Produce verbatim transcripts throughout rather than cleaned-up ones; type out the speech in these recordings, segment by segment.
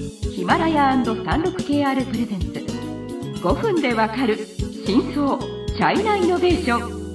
ヒマラヤ &さんじゅうろくケーアール プレゼンツごふんでわかる真相チャイナイノベーション。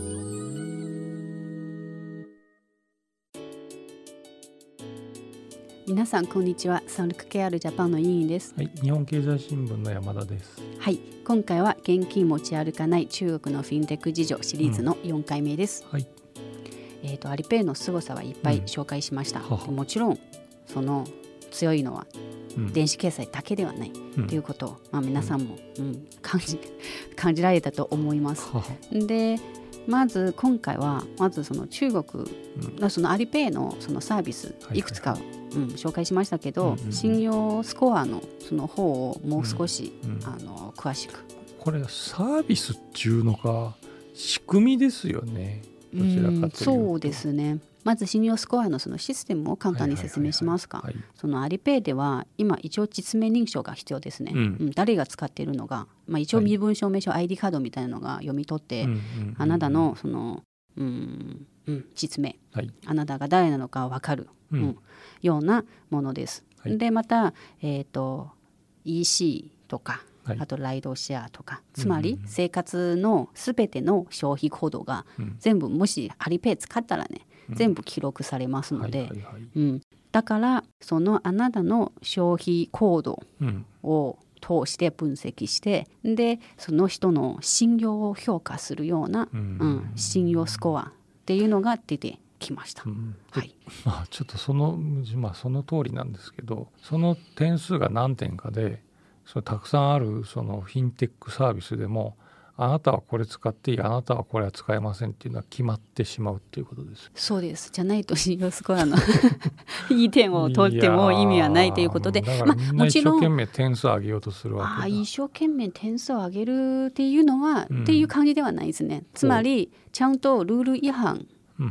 皆さんこんにちは。さんじゅうろくケーアール ジャパンの委員です。 はい、日本経済新聞の山田です。 はい、今回は現金持ち歩かない中国のフィンテック事情シリーズのよんかいめです。 うん、はい。 えーと、アリペイの凄さはいっぱい紹介しました。うん、もちろんその強いのは電子決済だけではない、うん、ということを、まあ、皆さんも、うんうん、感じ、感じられたと思います。でまず今回はまずその中国のそのアリペイのそのサービスいくつか、うん、紹介しましたけど、うんうん、信用スコアのその方をもう少し、うんうん、あの詳しく。 これサービスっていうのか仕組みですよね。どちらかというと、うん、 そうですね。まず信用スコアのそのシステムを簡単に説明しますか。そのアリペイでは今一応実名認証が必要ですね。うん、誰が使っているのが、まあ、一応身分証明書、はい、アイディー カードみたいなのが読み取って、うんうんうん、あなたのその、うんうん、実名、はい、あなたが誰なのか分かる、うんうん、ようなものです。はい、でまた、えーと、イーシー とかあとライドシェアとか、つまり生活のすべての消費行動が全部、もしアリペイ使ったらね、全部記録されますので、だからそのあなたの消費行動を通して分析して、でその人の信用を評価するような、うん、信用スコアっていうのが出てきました。うんはい、 まあ、ちょっとその、まあ、その通りなんですけど、その点数が何点かでそれたくさんあるそのフィンテックサービスでも、あなたはこれ使っていい、あなたはこれは使えませんっていうのは決まってしまうっていうことです。 そうです。じゃないと信用スコアのいい点を取っても意味はないということで、 だからみんな一生懸命点数を上げようとするわけだ。 まあ、一生懸命点数を上げるっていうのは、うん、っていう感じではないですね。つまりちゃんとルール違反うん、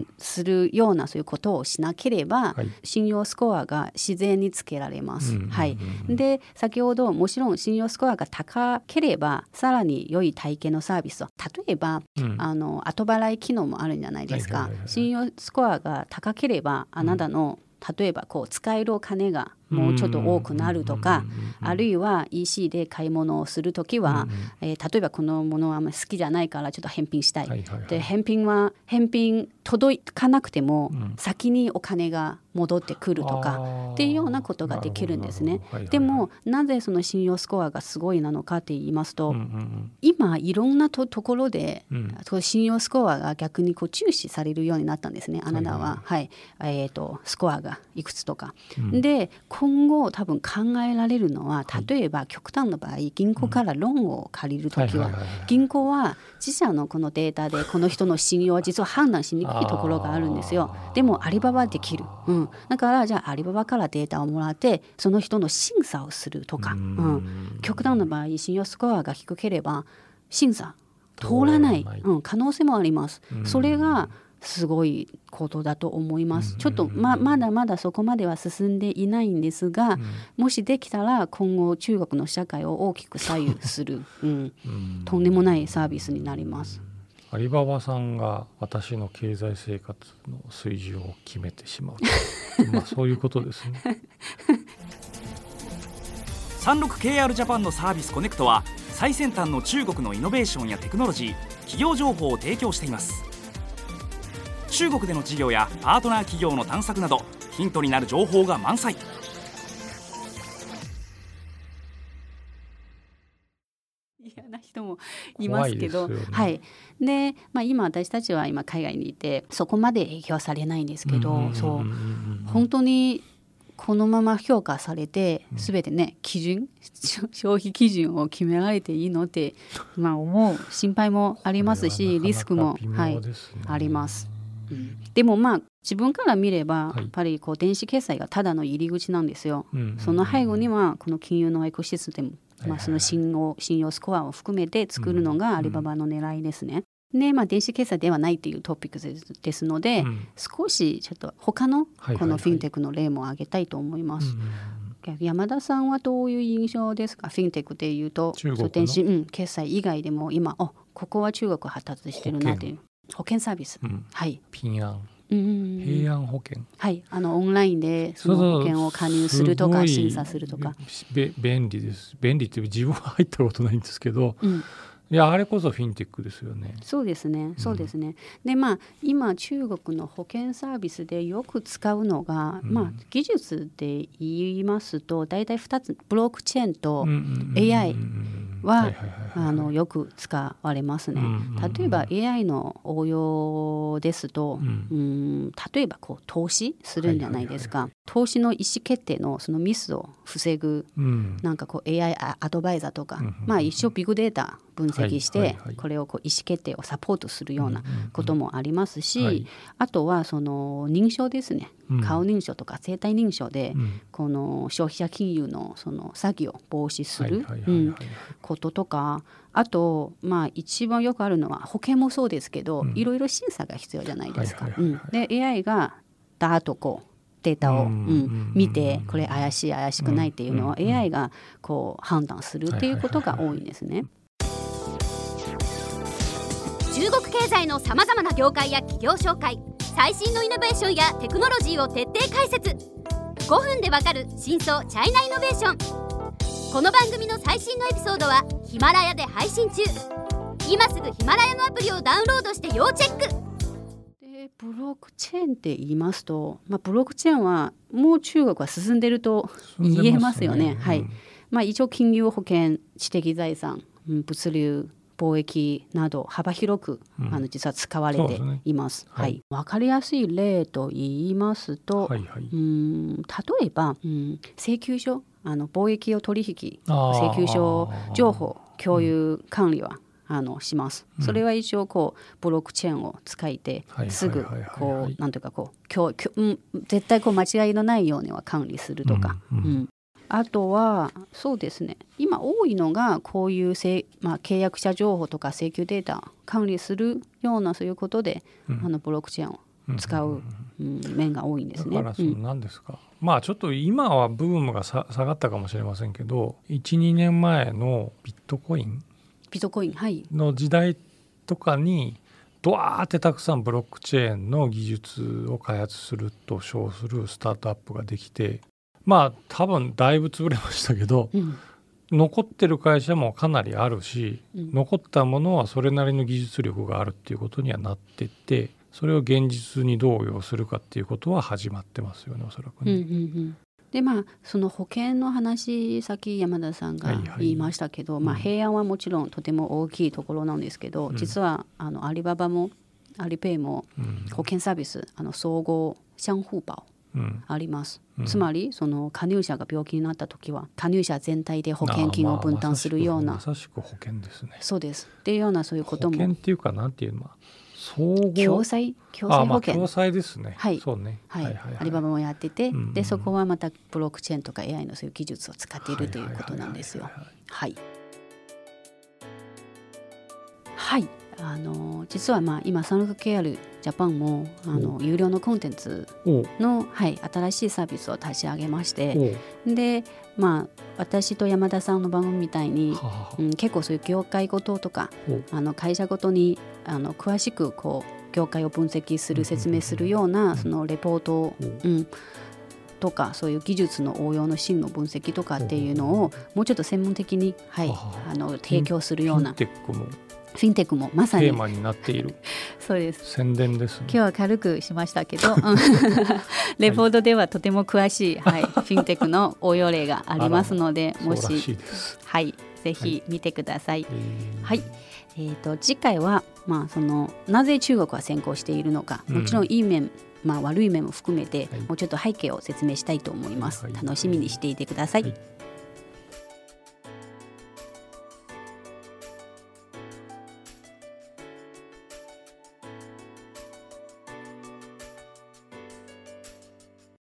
するようなそういうことをしなければ、はい、信用スコアが自然につけられます。うんうんうんはい、で先ほどもちろん信用スコアが高ければさらに良い体験のサービスを、例えば、うん、あの後払い機能もあるんじゃないですか。はいはいはいはい、信用スコアが高ければあなたの、うん、例えばこう使えるお金がもうちょっと多くなるとか、あるいは イーシー で買い物をするときは、うんえー、例えばこのものはあんまり好きじゃないからちょっと返品したい、はいはいはい、で返品は返品届かなくても先にお金が戻ってくるとか、うん、っていうようなことができるんですね。はいはいはい、でもなぜその信用スコアがすごいなのかって言いますと、うんうん、今いろんな と, ところで、うん、信用スコアが逆にこう注視されるようになったんですね。あなたは、はいはいはいえー、とスコアがいくつとか、うん、で今後多分考えられるのは、例えば極端な場合銀行からローンを借りるときは銀行は自社のこのデータでこの人の信用は実は判断しにくいところがあるんですよ。でもアリババはできる、うん、だからじゃあアリババからデータをもらってその人の審査をするとか、うん、極端な場合信用スコアが低ければ審査通らない、うん、可能性もあります。それがすごいことだと思います。ちょっと ま, まだまだそこまでは進んでいないんですが、うん、もしできたら今後中国の社会を大きく左右する、うん、とんでもないサービスになります。 アリババさんが私の経済生活の水準を決めてしまうまあそういうことですね。 さんじゅうろくケーアール ジャパンのサービスコネクトは最先端の中国のイノベーションやテクノロジー、企業情報を提供しています。中国での事業やパートナー企業の探索などヒントになる情報が満載。 嫌な人もいますけど、ねはいでまあ、今私たちは今海外にいてそこまで影響されないんですけど、そう本当にこのまま評価されて全てね基準消費基準を決められていいのって、まあ、思う心配もありますしリスクも、はい、あります。うん、でもまあ自分から見ればやっぱりこう電子決済がただの入り口なんですよ。はい、その背後にはこの金融のエコシステム、まあ、その信用、信用スコアを含めて作るのがアリババの狙いですね。でまあ、電子決済ではないというトピックです、ですので、うん、少しちょっと他のこのフィンテックの例も挙げたいと思います。山田さんはどういう印象ですか？フィンテックでいうと電子、うん、決済以外でも今おここは中国発達してるなという保険サービス、うん、はい、 ピンアンうん、 平安保険、 はい、あのオンラインでその保険を加入するとか審査するとかべ便利です。便利って自分は入ったことないんですけど、 うん、 いやあれこそフィンテックですよね。 そうですね、そうですね、うん、でまあ今中国の保険サービスでよく使うのが、うん、まあ技術で言いますと大体ふたつ、ブロックチェーンと エーアイはあのよく使われますね。例えば エーアイ の応用ですと、うん、うん例えばこう投資するんじゃないですか、はいはいはいはい、投資の意思決定のそのミスを防ぐ、うん、なんかこう エーアイ アドバイザーとか、うん、まあ一応ビッグデータ分析して、はいはいはい、これをこう意思決定をサポートするようなこともありますし、うんうんうん、あとはその認証ですね、うん、顔認証とか生体認証で、うん、この消費者金融のその詐欺を防止することとか、あとまあ一番よくあるのは保険もそうですけど、うん、いろいろ審査が必要じゃないですか、はいはいはいはい、うん、で エーアイ がダーッとこうデータを、うんうん、見てこれ怪しい怪しくないっていうのを エーアイ がこう判断するっていうことが多いんですね。 中国経済のさまざまな業界や企業紹介、最新のイノベーションやテクノロジーを徹底解説。ごふんでわかる真相チャイナイノベーション。この番組の最新のエピソードはヒマラヤで配信中。今すぐヒマラヤのアプリをダウンロードして要チェック。 でブロックチェーンって言いますと、まあ、ブロックチェーンはもう中国は進んでると言えますよね。はい、まあ、一応金融保険、知的財産、物流、貿易など幅広く、うん、あの実は使われています。はい、分かりやすい例と言いますと、はいはい、うん例えば、うん、請求書、あの貿易を取引請求書情報共有管理は、うん、あのします。それは一応こうブロックチェーンを使いて、うん、すぐこうなんというかこう今日、うん、絶対こう間違いのないようには管理するとか。うんうんうん、あとはそうですね、今多いのがこういうせ、まあ、契約者情報とか請求データを管理するようなそういうことで、うん、あのブロックチェーンを使う、うん、面が多いんですね。 だからその何ですか、うん、まあちょっと今はブームが下がったかもしれませんけど いちにねんまえのビットコインビットコイン、はい、 の時代とかにドワーってたくさんブロックチェーンの技術を開発すると称するスタートアップができて、まあ多分だいぶ潰れましたけど、うん、残ってる会社もかなりあるし、うん、残ったものはそれなりの技術力があるっていうことにはなってて、それを現実にどう応用するかっていうことは始まってますよね、おそらくね。 うんうんうん、でまあその保険の話、さっき山田さんが言いましたけど、はいはい、まあ、平安はもちろんとても大きいところなんですけど、うん、実はあのアリババもアリペイも保険サービス、うん、あの総合相互保あります、うん、つまりその加入者が病気になった時は加入者全体で保険金を分担するような、 まさしく保険ですね。 そうですっていうようなそういうことも、 保険っていうかなんていうの、総合共済共済保険、 共済ですね。はい、そうね、 はいはいはいはい、アリババもやってて、うんうん、でそこはまたブロックチェーンとか エーアイ のそういう技術を使っているということなんですよ。はいはい、あの実はまあ今サンロック ケーアール ジャパンもあの有料のコンテンツの、はい、新しいサービスを立ち上げまして、で、まあ、私と山田さんの番組みたいに、うん、結構そういう業界ごととかあの会社ごとにあの詳しくこう業界を分析する説明するようなそのレポートを、うん、とかそういう技術の応用の真の分析とかっていうのをもうちょっと専門的に、はい、あの提供するような。フィンテックもまさにテーマになっているそうです。 宣伝ですね。 今日は軽くしましたけどレポートではとても詳しい、はい、フィンテックの応用例がありますのでもし、しはい、ぜひ見てください。はい、はい、えー、と次回は、まあ、そのなぜ中国は先行しているのか、もちろんいい面、うん、まあ、悪い面も含めて、はい、もうちょっと背景を説明したいと思います。はい、楽しみにしていてください。はい。